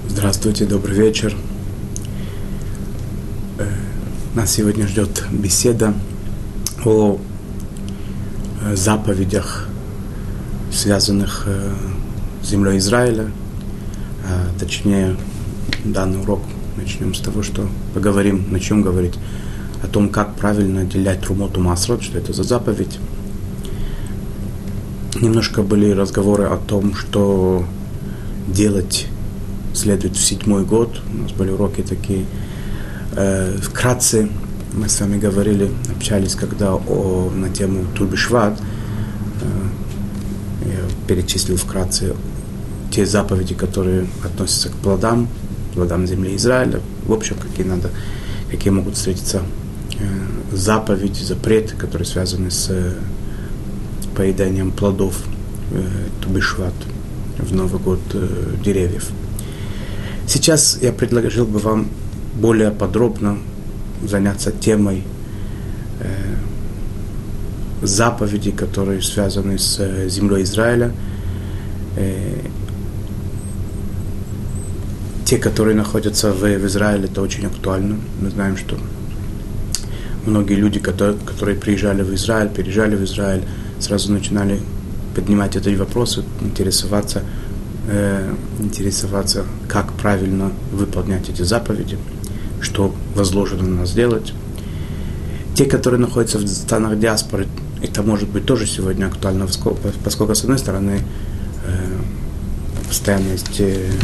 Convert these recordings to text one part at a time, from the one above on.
Здравствуйте, добрый вечер. Нас сегодня ждет беседа о заповедях, связанных с землей Израиля. Точнее, данный урок начнем с того, что начнем говорить о том, как правильно отделять трумот и маасрот, что это за заповедь. Немножко были разговоры о том, что делать следует в 7-й год. У нас были уроки такие. Вкратце мы с вами общались, когда на тему Ту-б'Шват. Я перечислил вкратце те заповеди, которые относятся к плодам земли Израиля. В общем, какие могут встретиться заповеди, запреты, которые связаны с поеданием плодов Ту-б'Шват в Новый год деревьев. Сейчас я предложил бы вам более подробно заняться темой заповедей, которые связаны с землей Израиля. Те, которые находятся в Израиле, это очень актуально. Мы знаем, что многие люди, которые переезжали в Израиль, сразу начинали поднимать эти вопросы, интересоваться, как правильно выполнять эти заповеди, что возложено на нас делать. Те, которые находятся в странах диаспоры, это может быть тоже сегодня актуально, поскольку, с одной стороны, постоянно есть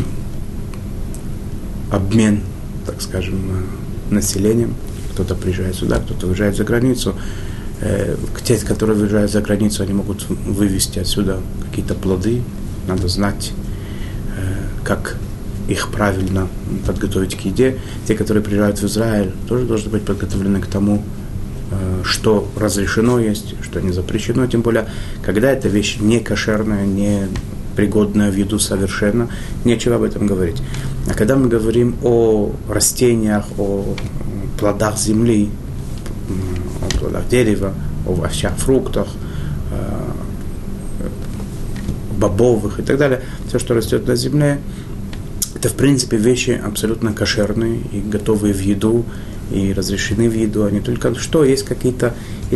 обмен, так скажем, населением. Кто-то приезжает сюда, кто-то уезжает за границу. Те, которые выезжают за границу, они могут вывезти отсюда какие-то плоды. Надо знать, как их правильно подготовить к еде. Те, которые приезжают в Израиль, тоже должны быть подготовлены к тому, что разрешено есть, что не запрещено. Тем более, когда эта вещь не кошерная, не пригодная в еду совершенно, нечего об этом говорить. А когда мы говорим о растениях, о плодах земли, о плодах дерева, о овощах, фруктах, бобовых и так далее, все, что растет на земле, это, в принципе, вещи абсолютно кошерные и готовые в еду, и разрешены в еду, а не только что есть какие-то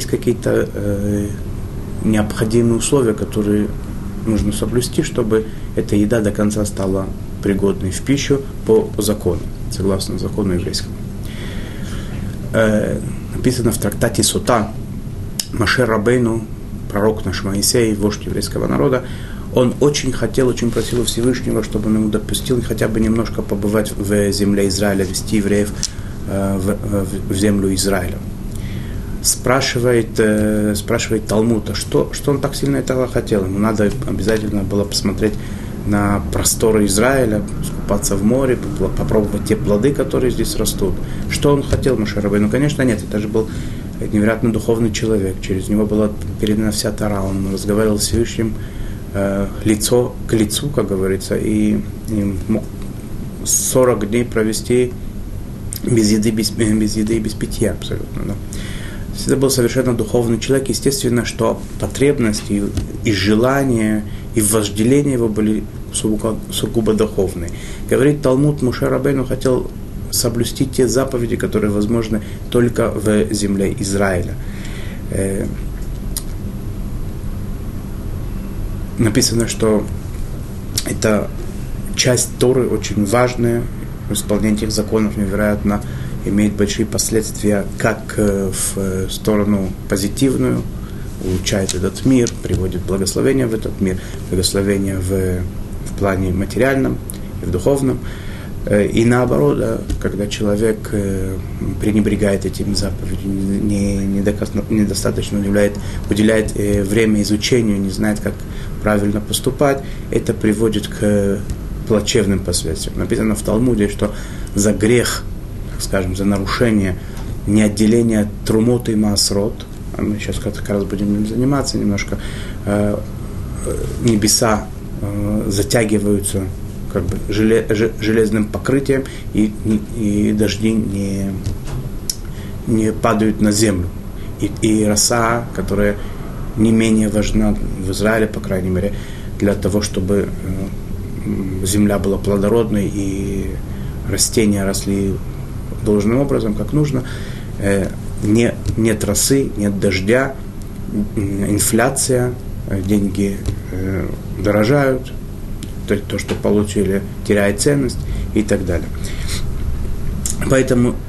необходимые условия, которые нужно соблюсти, чтобы эта еда до конца стала пригодной в пищу по закону, согласно закону еврейскому. Написано в трактате Сота, Моше Рабейну, пророк наш Моисей, вождь еврейского народа, он очень просил у Всевышнего, чтобы он ему допустил хотя бы немножко побывать в земле Израиля, вести евреев в землю Израиля. Спрашивает Талмуд, что он так сильно этого хотел? Ему надо обязательно было посмотреть на просторы Израиля, искупаться в море, попробовать те плоды, которые здесь растут. Что он хотел, Моше Рабейну? Конечно, нет, это же был невероятно духовный человек, через него была передана вся Тора, он разговаривал с Всевышним лицо к лицу, как говорится, и мог 40 дней провести без еды и без питья абсолютно. Да. Это был совершенно духовный человек. Естественно, что потребности и желания, и вожделения его были сугубо духовные. Говорит Талмуд, Моше Рабейну хотел соблюсти те заповеди, которые возможны только в земле Израиля. Написано, что эта часть Торы очень важная, исполнение этих законов невероятно имеет большие последствия как в сторону позитивную, улучшает этот мир, приводит благословение в этот мир, благословение в плане материальном и в духовном. И наоборот, когда человек пренебрегает этими заповедями, недостаточно уделяет время изучению, не знает, как правильно поступать, это приводит к плачевным последствиям. Написано в Талмуде, что за грех, скажем, за нарушение неотделения трумот и маасрот, а мы сейчас как раз будем заниматься немножко, небеса затягиваются как бы железным покрытием, и дожди не падают на землю. И роса, которая не менее важна в Израиле, по крайней мере, для того, чтобы земля была плодородной и растения росли должным образом, как нужно. Нет росы, нет дождя, инфляция, деньги дорожают, то, что получили, теряет ценность и так далее. Поэтому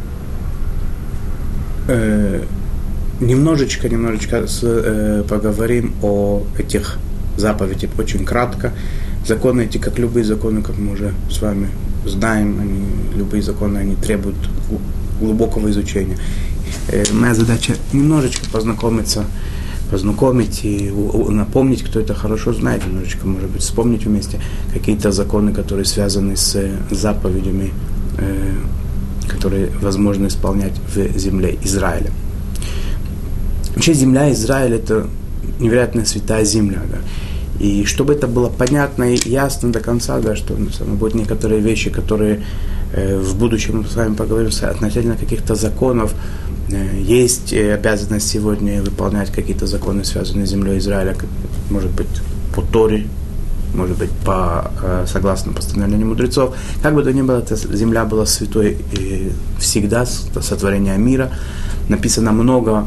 немножечко поговорим о этих заповедях очень кратко. Законы эти, как любые законы, как мы уже с вами знаем, любые законы, они требуют глубокого изучения. Моя задача немножечко познакомить и напомнить, кто это хорошо знает, немножечко, может быть, вспомнить вместе какие-то законы, которые связаны с заповедями, которые возможно исполнять в земле Израиля. Вообще земля Израиля – это невероятно святая земля, да. И чтобы это было понятно и ясно до конца, да, что будут некоторые вещи, которые в будущем мы с вами поговорим относительно каких-то законов. Есть обязанность сегодня выполнять какие-то законы, связанные с землей Израиля, может быть, по Торе, может быть, согласно постановлению мудрецов. Как бы то ни было, эта земля была святой всегда, до сотворения мира. Написано много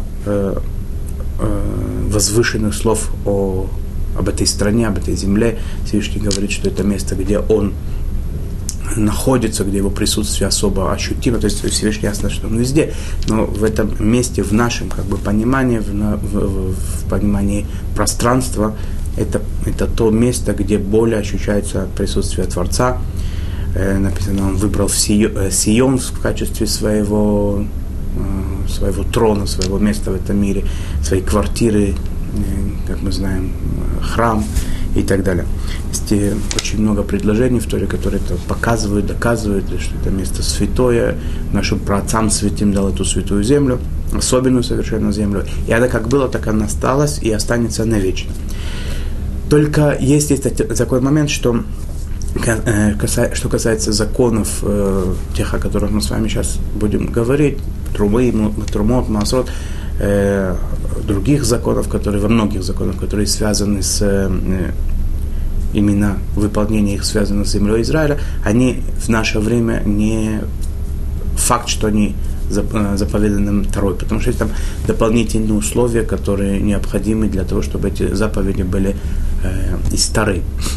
возвышенных слов об этой стране, об этой земле. Всевышний говорит, что это место, где он находится, где его присутствие особо ощутимо. То есть Всевышний ясно, что он везде, но в этом месте, в нашем понимании, в понимании пространства, это то место, где более ощущается присутствие Творца. Написано, он выбрал Сион в качестве своего трона, своего места в этом мире, своей квартиры, как мы знаем, храм и так далее. Есть очень много предложений в Торе, которые это показывают, доказывают, что это место святое, нашим праотцам святым дал эту святую землю, особенную совершенно землю. И она как была, так она осталась и останется навечно. Только есть такой момент, что касается законов, тех, о которых мы с вами сейчас будем говорить, Трумы, Трумот, Маасрот, других законов, во многих законах, которые связаны с именно выполнение их связано с землей Израиля, они в наше время не факт, что они заповеданы Торой, потому что есть там дополнительные условия, которые необходимы для того, чтобы эти заповеди были из Торы.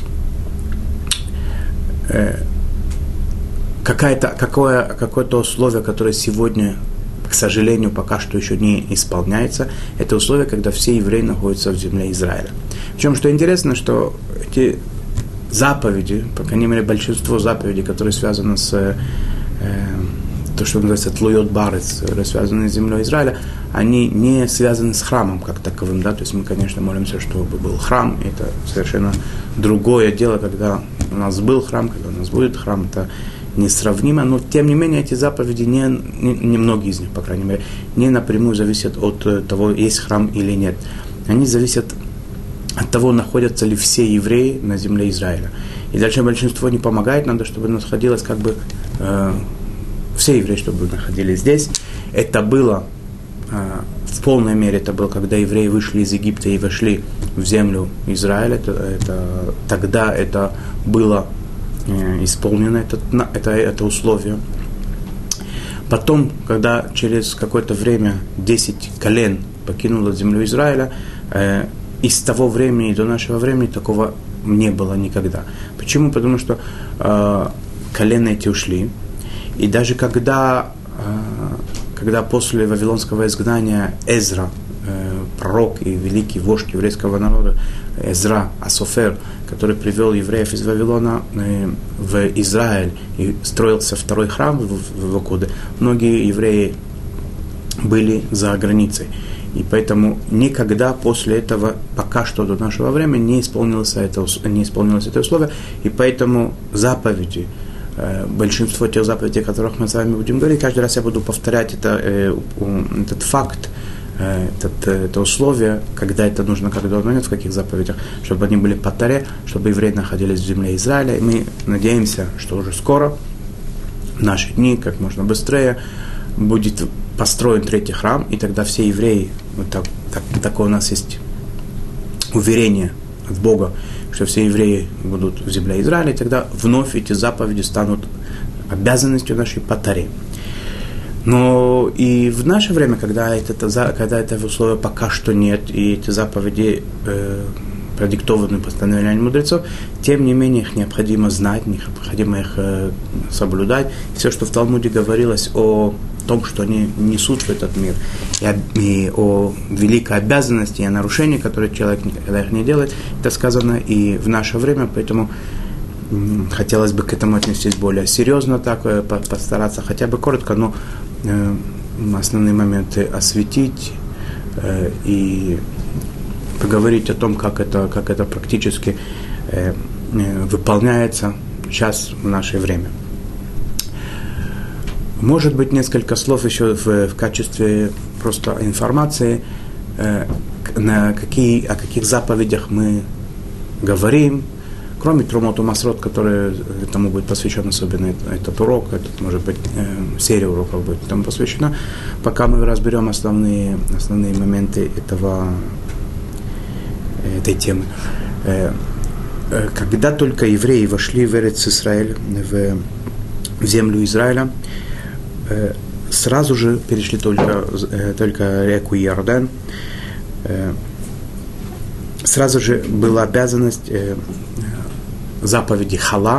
Какое-то условие, которое сегодня, к сожалению, пока что еще не исполняется, это условие, когда все евреи находятся в земле Израиля. Причем, что интересно, что эти заповеди, по крайней мере, большинство заповедей, которые связаны с то, что называется тлуйот барец, связанные с землей Израиля, они не связаны с храмом как таковым, да, то есть мы, конечно, молимся, чтобы был храм, это совершенно другое дело, когда у нас был храм, когда у нас будет храм, это несравнимо, но тем не менее эти заповеди, не многие из них, по крайней мере, не напрямую зависят от того, есть храм или нет. Они зависят от того, находятся ли все евреи на земле Израиля. И дальше большинство не помогает, надо, чтобы находилось все евреи, чтобы находились здесь. Это было в полной мере, это было, когда евреи вышли из Египта и вошли в землю Израиля. Тогда это было исполнено, это условие. Потом, когда через какое-то время 10 колен покинуло землю Израиля, и с того времени до нашего времени такого не было никогда. Почему? Потому что колена эти ушли. И даже когда после вавилонского изгнания Эзра, пророк и великий вождь еврейского народа, Эзра, Асофер, который привел евреев из Вавилона в Израиль и строился второй храм в его годы, многие евреи были за границей. И поэтому никогда после этого, пока что до нашего времени, не исполнилось это условие. И поэтому заповеди, большинство тех заповедей, о которых мы с вами будем говорить, каждый раз я буду повторять этот факт, это условие, когда это нужно, когда оно нет, в каких заповедях, чтобы они были по Торе, чтобы евреи находились в земле Израиля. И мы надеемся, что уже скоро, в наши дни, как можно быстрее, будет построен третий храм, и тогда все евреи, такое у нас есть уверение от Бога, что все евреи будут в земле Израиля, и тогда вновь эти заповеди станут обязанностью нашей по Торе. Но и в наше время, когда это условия пока что нет, и эти заповеди продиктованы постановлениями мудрецов, тем не менее их необходимо знать, необходимо их соблюдать. Все, что в Талмуде говорилось о том, что они несут в этот мир, и о великой обязанности и о нарушении, которые человек никогда их не делает, это сказано и в наше время, поэтому хотелось бы к этому отнестись более серьезно, так, постараться хотя бы коротко, но основные моменты осветить и поговорить о том, как это практически выполняется сейчас в наше время. Может быть, несколько слов еще в качестве просто информации, о каких заповедях мы говорим, кроме Трумот Умасрот, который этому будет посвящен особенно этот урок, этот, может быть, серия уроков будет этому посвящена, пока мы разберем основные моменты этой темы. Когда только евреи вошли в Эрец Исраэль, в землю Израиля, сразу же перешли только реку Иордан, сразу же была обязанность заповеди Хала,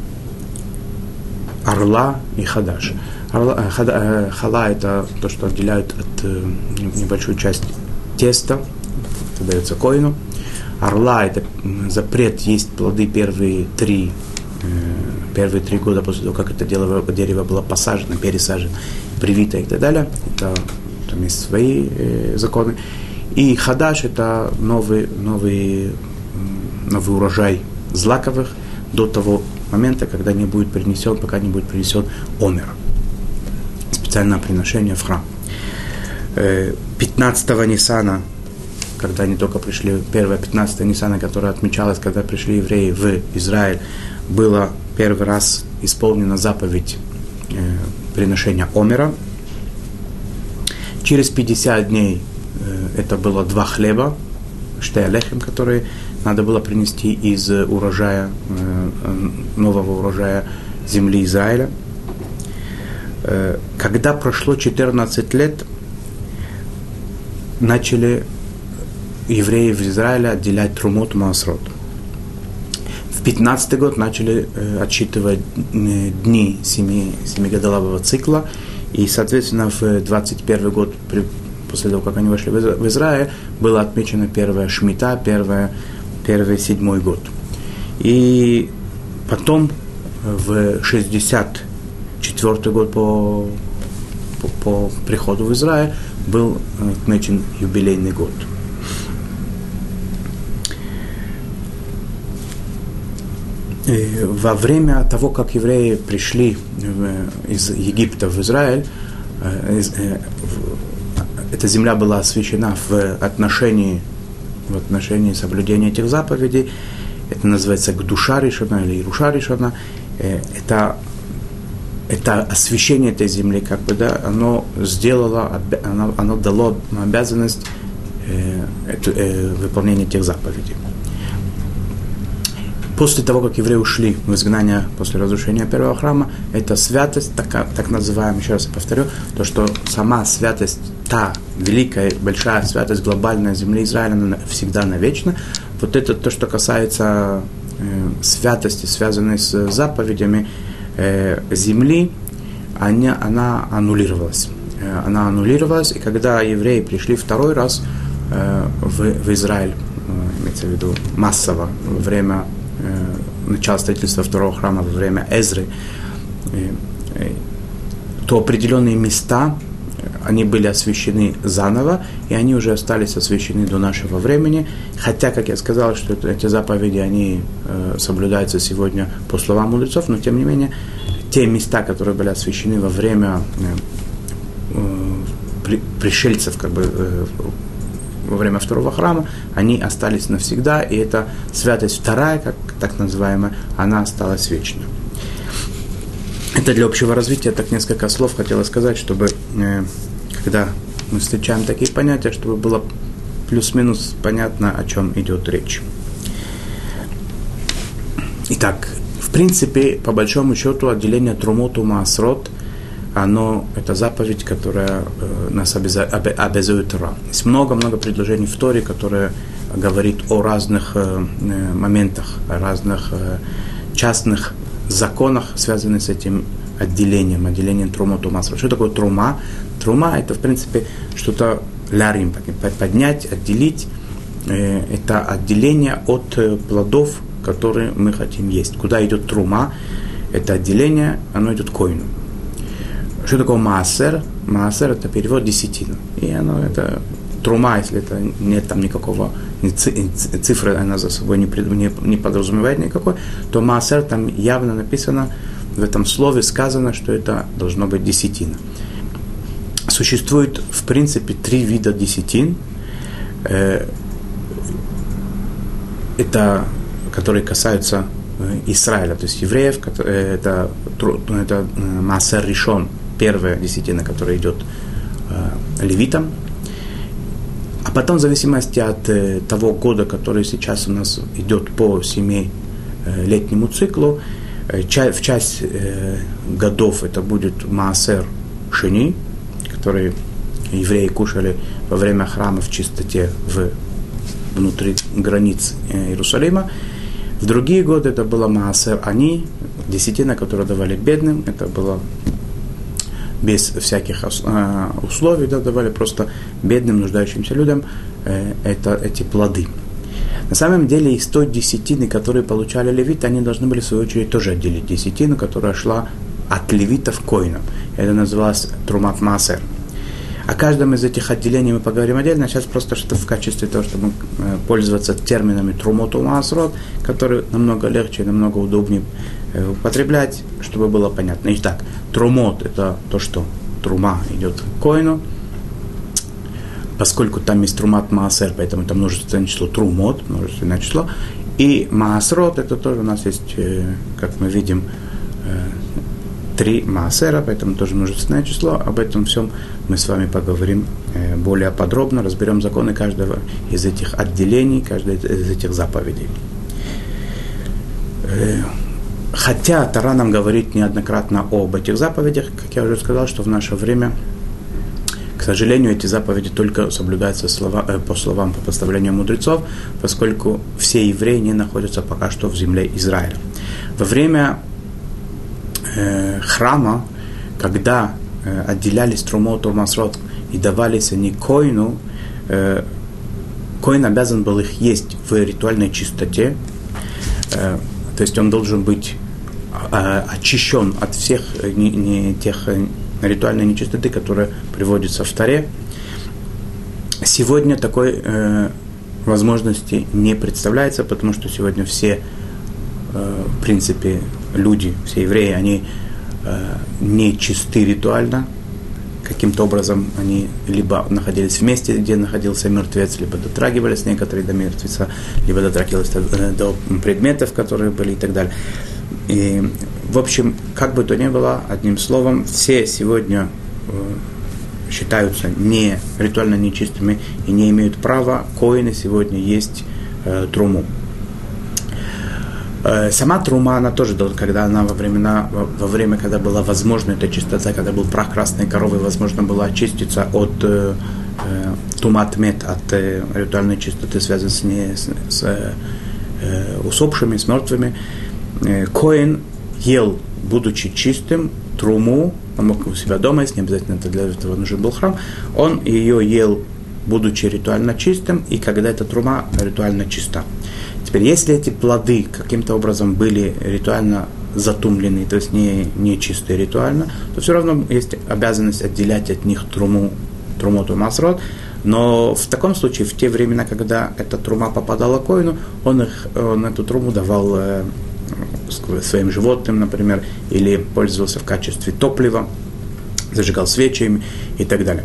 Орла и Хадаш. Хала – это то, что отделяют от небольшую часть теста, это дается коину. Орла – это запрет есть плоды первые три года после того, как это дерево было посажено, пересажено, привито и так далее. Там есть свои законы. И Хадаш – это новый урожай злаковых до того момента, пока не будет принесен омер. Специальное приношение в храм. 15-го Ниссана, когда они только пришли, 15 Ниссана, которая отмечалась, когда пришли евреи в Израиль, было первый раз исполнена заповедь приношения омера. Через 50 дней это было 2 хлеба, штеалехем, которые надо было принести из урожая, нового урожая земли Израиля. Когда прошло 14 лет, начали евреи в Израиле отделять Трумот Маасрот. В 15-й год начали отсчитывать дни семигодового цикла, и, соответственно, в 21 год, после того, как они вошли в Израиль, была отмечена первая Шмита, первый 7-й год. И потом, в 64-й год по приходу в Израиль, был отмечен юбилейный год. И во время того, как евреи пришли из Египта в Израиль, эта земля была освящена в отношении соблюдения этих заповедей. Это называется Гдуша Ришона или Ируша Ришона. Это освящение этой земли, оно дало обязанность выполнения этих заповедей. После того, как евреи ушли в изгнание после разрушения первого храма, эта святость, так называемая, еще раз повторю, то, что сама святость, та великая, большая святость, глобальная земли Израиля, она всегда навечно. Вот это то, что касается святости, связанной с заповедями земли, она аннулировалась. Она аннулировалась, и когда евреи пришли второй раз в Израиль, имеется в виду массово, во время начала строительства второго храма, во время Эзры, то определенные места, они были освящены заново, и они уже остались освящены до нашего времени. Хотя, как я сказал, что эти заповеди, они соблюдаются сегодня по словам мудрецов, но тем не менее, те места, которые были освящены во время пришельцев, во время второго храма, они остались навсегда, и эта святость вторая, так называемая, она осталась вечной. Это для общего развития, так несколько слов хотела сказать, чтобы, когда мы встречаем такие понятия, чтобы было плюс-минус понятно, о чем идет речь. Итак, в принципе, по большому счету, отделение трумот у маасрот, это заповедь, которая нас обязует Тора. Есть много-много предложений в Торе, которые говорит о разных моментах, о разных частных законах, связанных с этим отделением трумот у маасрот. Что такое трума? Трума – это, в принципе, что-то лярим, поднять, отделить. Это отделение от плодов, которые мы хотим есть. Куда идет трума? Это отделение, оно идет к коину. Что такое маасер? Маасер – это перевод десятина. И это трума, если это нет там никакого цифры, она за собой не подразумевает никакой, то маасер там явно написано, в этом слове сказано, что это должно быть десятина. Существует, в принципе, 3 вида десятин. Это которые касаются Израиля, то есть евреев, это маасер ришон, первая десятина, которая идет левитам. А потом, в зависимости от того года, который сейчас у нас идет по 7-летнему циклу, в часть годов это будет маасер шени, который евреи кушали во время храма в чистоте внутри границ Иерусалима. В другие годы это было маасер ани, десятина, которую давали бедным. Это было без всяких условий, давали просто бедным, нуждающимся людям эти плоды. На самом деле из той десятины, которые получали левиты, они должны были в свою очередь тоже отделить десятину, которая шла от левитов к коинам. Это называлось трумат маасер. О каждом из этих отделений мы поговорим отдельно. Сейчас просто что в качестве того, чтобы пользоваться терминами трумот у маасрот, которые намного легче, намного удобнее употреблять, чтобы было понятно. Итак, трумот – это то, что трума идет к коину, поскольку там есть трумат маасер, поэтому это множественное число трумот, множественное число. И маасрот – это тоже у нас есть, как мы видим, 3 маасера, поэтому тоже множественное число. Об этом всем мы с вами поговорим более подробно, разберем законы каждого из этих отделений, каждой из этих заповедей. Хотя Тора нам говорит неоднократно об этих заповедях, как я уже сказал, что в наше время, к сожалению, эти заповеди только соблюдаются по словам, по поставлению мудрецов, поскольку все евреи не находятся пока что в земле Израиля. Во время храма, когда отделялись трумот у маасрот и давались они коину, коин обязан был их есть в ритуальной чистоте, то есть он должен быть очищен от всех тех ритуальной нечистоты, которые приводятся в Торе. Сегодня такой возможности не представляется, потому что сегодня все, в принципе, люди, все евреи, они не чисты ритуально. Каким-то образом они либо находились в месте, где находился мертвец, либо дотрагивались некоторые до мертвеца, либо дотрагивались до предметов, которые были и так далее. И, в общем, как бы то ни было, одним словом, все сегодня считаются не ритуально нечистыми и не имеют права коины сегодня есть труму. Сама трума, она тоже, когда она во время, когда была возможна эта чистота, когда был прах красной коровы, возможно было очиститься от тумат мет, от ритуальной чистоты, связанной с усопшими, с мертвыми. Коэн ел, будучи чистым, труму, он мог у себя дома есть, не обязательно для этого нужен был храм, он ее ел, будучи ритуально чистым, и когда эта трума ритуально чиста. Теперь, если эти плоды каким-то образом были ритуально затумлены, то есть не чистые ритуально, то все равно есть обязанность отделять от них трумот у маасрот. Но в таком случае, в те времена, когда эта трума попадала к коину, он эту труму давал своим животным, например, или пользовался в качестве топлива, зажигал свечи и так далее.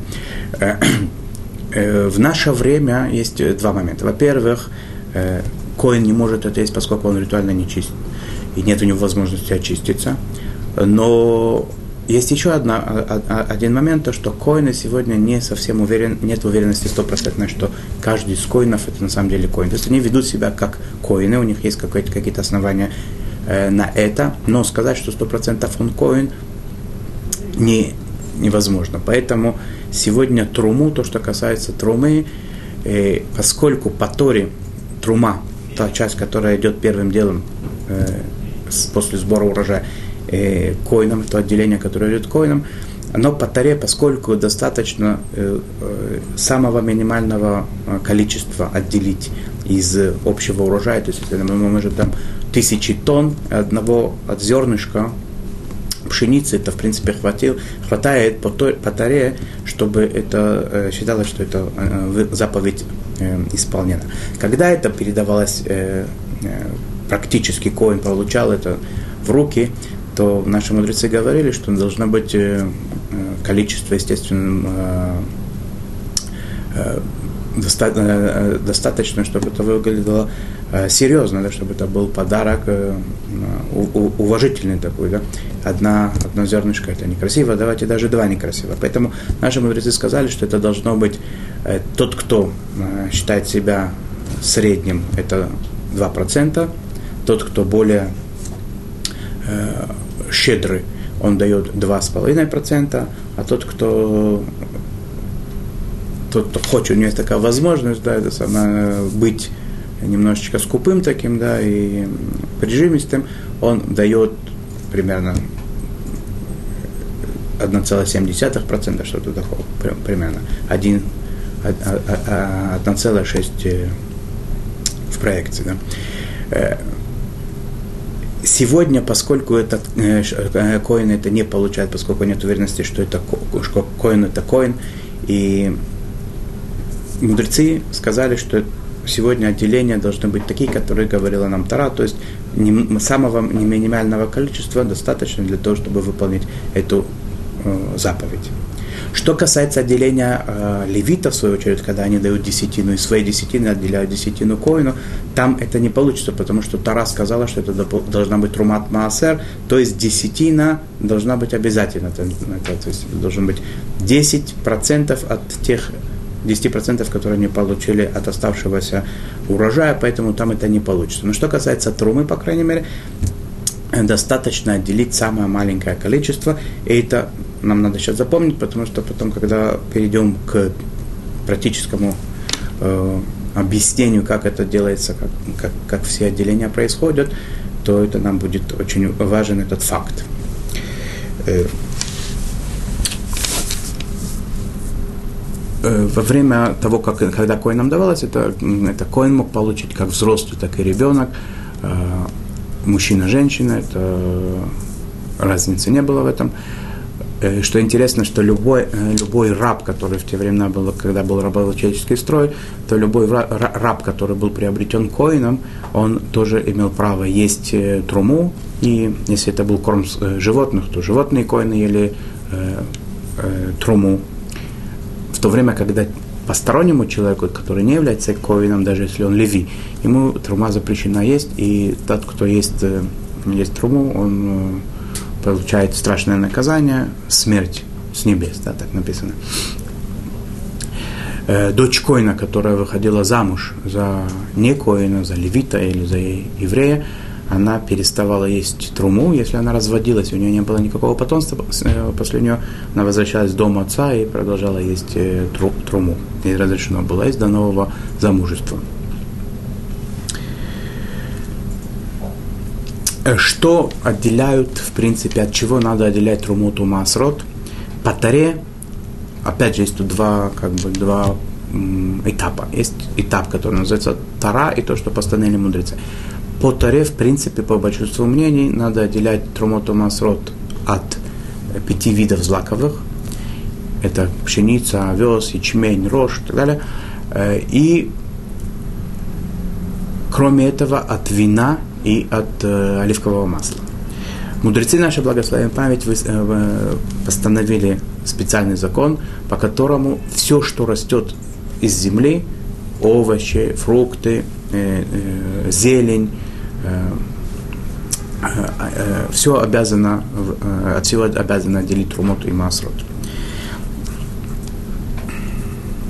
В наше время есть 2 момента. Во-первых, коэн не может это есть, поскольку он ритуально не чист, и нет у него возможности очиститься. Но есть еще один момент, то, что коэны сегодня не совсем нет уверенности 100%, что каждый из коэнов это на самом деле коэн. То есть они ведут себя как коэны, у них есть какие-то основания на это, но сказать, что 100% он коин, невозможно. Поэтому сегодня труму, то, что касается трумы, поскольку по Торе трума, та часть, которая идет первым делом после сбора урожая коином, то отделение, которое идет коином, но по Торе, поскольку достаточно самого минимального количества отделить из общего урожая, то есть если мы можем там 1000 тонн от зернышка пшеницы, это в принципе хватает по Торе, чтобы это считалось, что это заповедь исполнена. Когда это передавалось, практически коин получал это в руки, то наши мудрецы говорили, что должно быть количество, естественно, достаточно, чтобы это выглядело серьезно, да, чтобы это был подарок уважительный такой, да. Одно зернышко это некрасиво, давайте даже два некрасиво. Поэтому наши мудрецы сказали, что это должно быть тот, кто считает себя средним, это 2%, тот, кто более щедрый, он дает 2,5%, а тот, кто хочет, у него есть такая возможность, да, это самое, быть немножечко скупым таким, да, и прижимистым, он дает примерно 1,7%, что-то такое, примерно, 1,6 в проекции, да. Сегодня, поскольку этот коин это не получает, поскольку нет уверенности, что коин это коин, и мудрецы сказали, что сегодня отделения должны быть такие, которые говорила нам Тора, то есть самого минимального количества достаточно для того, чтобы выполнить эту заповедь. Что касается отделения левитов, в свою очередь, когда они дают десятину, и свои десятины отделяют десятину коину, там это не получится, потому что Тора сказала, что это должна быть трумат маасер, то есть десятина должна быть обязательно, то есть должно быть 10% от тех 10%, которые они получили от оставшегося урожая, поэтому там это не получится. Но что касается трумы, по крайней мере, достаточно отделить самое маленькое количество, и это нам надо сейчас запомнить, потому что потом, когда перейдем к практическому объяснению, как это делается, как все отделения происходят, то это нам будет очень важен этот факт. Во время того, когда коин нам давалось, это коин мог получить как взрослый, так и ребенок, мужчина, женщина, это разницы не было в этом. Что интересно, что любой раб, который в те времена был, когда был рабоческий строй, то любой раб, который был приобретен коином, он тоже имел право есть труму, и если это был корм животных, то животные коины ели труму. В то время, когда постороннему человеку, который не является коином, даже если он леви, ему трума запрещена есть, и тот, кто есть труму, он получает страшное наказание, смерть с небес, да, так написано. Дочь коина, которая выходила замуж за не коина, за левита или за еврея, она переставала есть труму, если она разводилась, у нее не было никакого потомства, после нее она возвращалась в дом отца и продолжала есть труму. Ей разрешено было есть до нового замужества. Что отделяют, в принципе, от чего надо отделять труму маасрот? По Торе, опять же, есть тут два этапа. Есть этап, который называется Тора, и то, что постановили мудрецы. По Торе, в принципе, по большинству мнений, надо отделять труму маасрот от 5 видов злаковых. Это пшеница, овес, ячмень, рожь и так далее. И, кроме этого, от вина и от оливкового масла. Мудрецы наши, благословенная память, постановили специальный закон, по которому все, что растет из земли, овощи, фрукты, зелень, все обязано, от всего обязано отделить трумот и маасрот.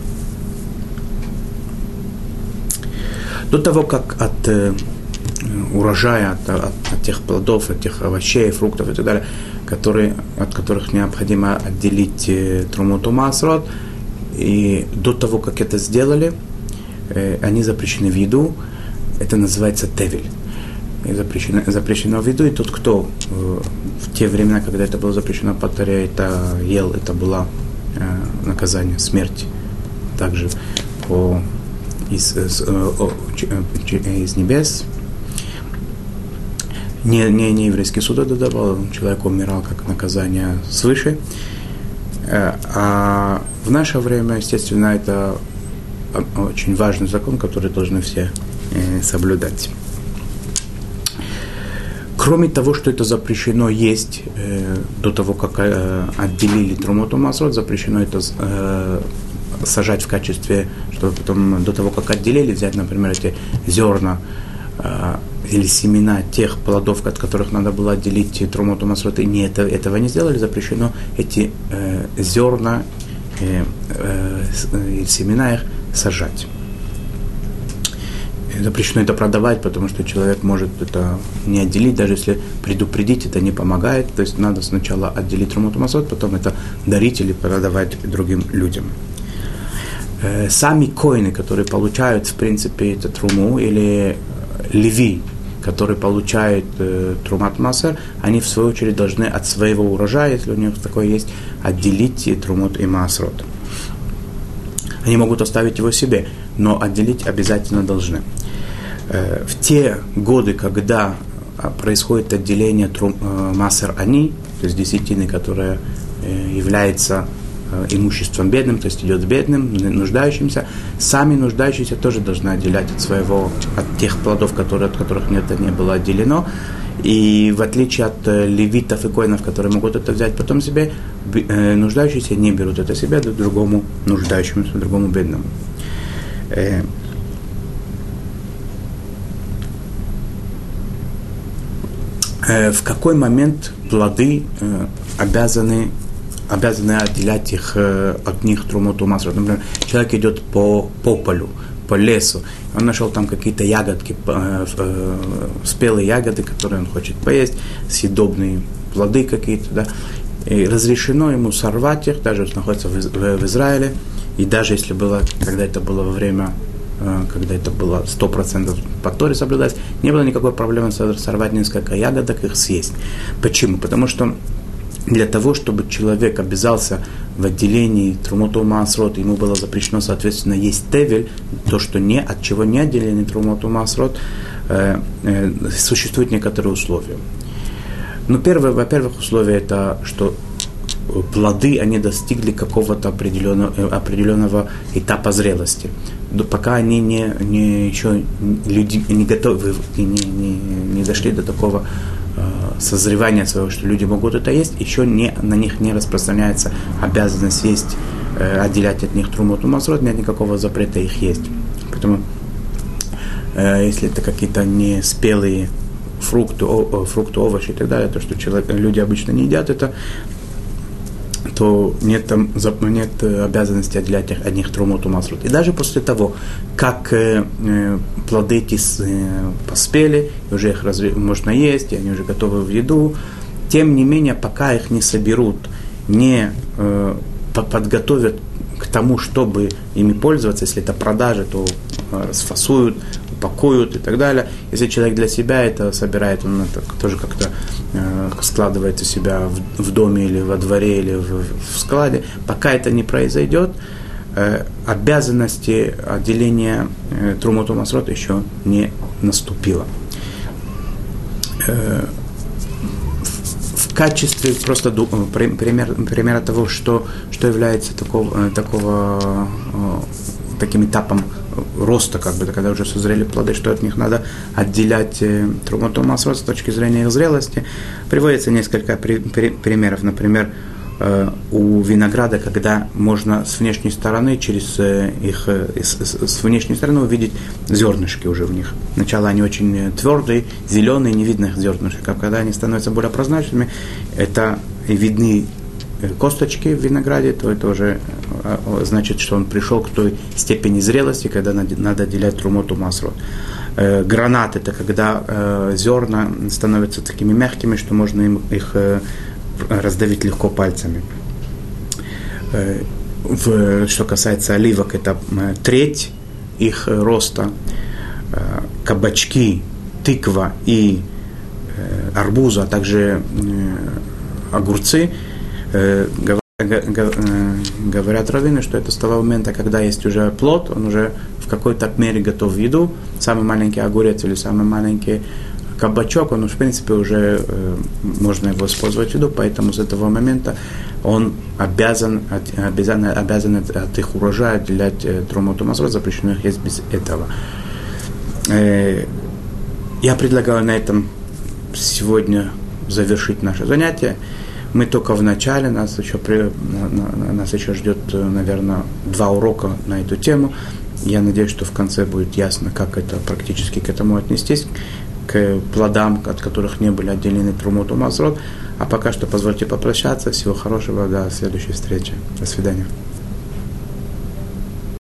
До того, как урожая, от тех плодов, от тех овощей, фруктов и так далее, от которых необходимо отделить трумот умаасрот. И до того, как это сделали, они запрещены в еду. Это называется тевель. Запрещено в еду, и тот, кто в те времена, когда это было запрещено, повторяю, это ел, это было наказание, смерть. Также из небес. Не еврейский суд это давал, человек умирал как наказание свыше. А в наше время, естественно, это очень важный закон, который должны все соблюдать. Кроме того, что это запрещено есть, до того, как отделили трумот умаасрот, запрещено это сажать в качестве, чтобы потом, до того, как отделили, взять, например, эти зерна или семена тех плодов, от которых надо было отделить трумот умаасрот, и этого не сделали, запрещено эти зерна или семена их сажать. Запрещено это продавать, потому что человек может это не отделить, даже если предупредить, это не помогает. То есть надо сначала отделить трумот умаасрот, потом это дарить или продавать другим людям. Сами коины, которые получают, в принципе, это труму, или леви, которые получают трумат маасер, они в свою очередь должны от своего урожая, если у них такое есть, отделить трумот и маасрот. Они могут оставить его себе, но отделить обязательно должны. В те годы, когда происходит отделение маасер ани, то есть десятины, которая является имуществом бедным, то есть идет бедным, нуждающимся, сами нуждающиеся тоже должны отделять от тех плодов, от которых это не было отделено. И в отличие от левитов и коинов, которые могут это взять потом себе, нуждающиеся не берут это себе, а другому нуждающемуся, другому бедному. В какой момент плоды обязаны отделять их от них трумот умаасрот? Например, человек идет по полю, по лесу, он нашел там какие-то ягодки, спелые ягоды, которые он хочет поесть, съедобные плоды какие-то, да, и разрешено ему сорвать их, даже если находится в Израиле, и даже если когда это было во время, когда это было 100% по Торе соблюдать, не было никакой проблемы сорвать несколько ягодок, их съесть. Почему? Потому что для того, чтобы человек обязался в отделении трумот умаасрот, ему было запрещено, соответственно, есть тевель, то, что от чего не отделение трумот умаасрот, существуют некоторые условия. Но во-первых, условие это, что плоды, они достигли какого-то определенного этапа зрелости. Пока они еще люди не готовы, не дошли до такого созревания своего, что люди могут это есть, еще на них не распространяется обязанность есть, отделять от них трумот умаасрот, нет никакого запрета их есть. Поэтому, если это какие-то не спелые фрукты, овощи и так далее, то, что люди обычно не едят, то нет обязанности отделять от них трумот умаасрот. И даже после того, как плоды эти поспели, уже их можно есть, и они уже готовы в еду, тем не менее, пока их не соберут, не подготовят к тому, чтобы ими пользоваться, если это продажа, то расфасуют, упакуют и так далее. Если человек для себя это собирает, он это тоже как-то складывает у себя в доме или во дворе или в складе. Пока это не произойдет, обязанности отделения трумот умаасрот еще не наступило. В качестве просто примера того, что является таким этапом роста, когда уже созрели плоды, что от них надо отделять трумот умаасрот с точки зрения их зрелости, приводится несколько примеров. Например, у винограда, когда можно с внешней стороны, с внешней стороны увидеть зернышки уже в них. Сначала они очень твердые, зеленые, не видно их зернышек, а когда они становятся более прозрачными, это видны косточки в винограде, то это уже значит, что он пришел к той степени зрелости, когда надо отделять трумот умаасрот. Гранат – это когда зерна становятся такими мягкими, что можно их раздавить легко пальцами. Что касается оливок, это треть их роста. Кабачки, тыква и арбуза, а также огурцы, говорят раввины, что это с того момента, когда есть уже плод, он уже в какой-то мере готов в еду. Самый маленький огурец или самый маленький кабачок, он, в принципе, уже можно его использовать в еду, поэтому с этого момента он обязан от их урожая отделять трумот умазрот, запрещено их есть без этого. Я предлагаю на этом сегодня завершить наше занятие. Мы только в начале, нас еще ждет, наверное, 2 урока на эту тему. Я надеюсь, что в конце будет ясно, как это практически к этому отнестись, к плодам, от которых не были отделены трумот умазрот. А пока что позвольте попрощаться. Всего хорошего, до следующей встречи. До свидания.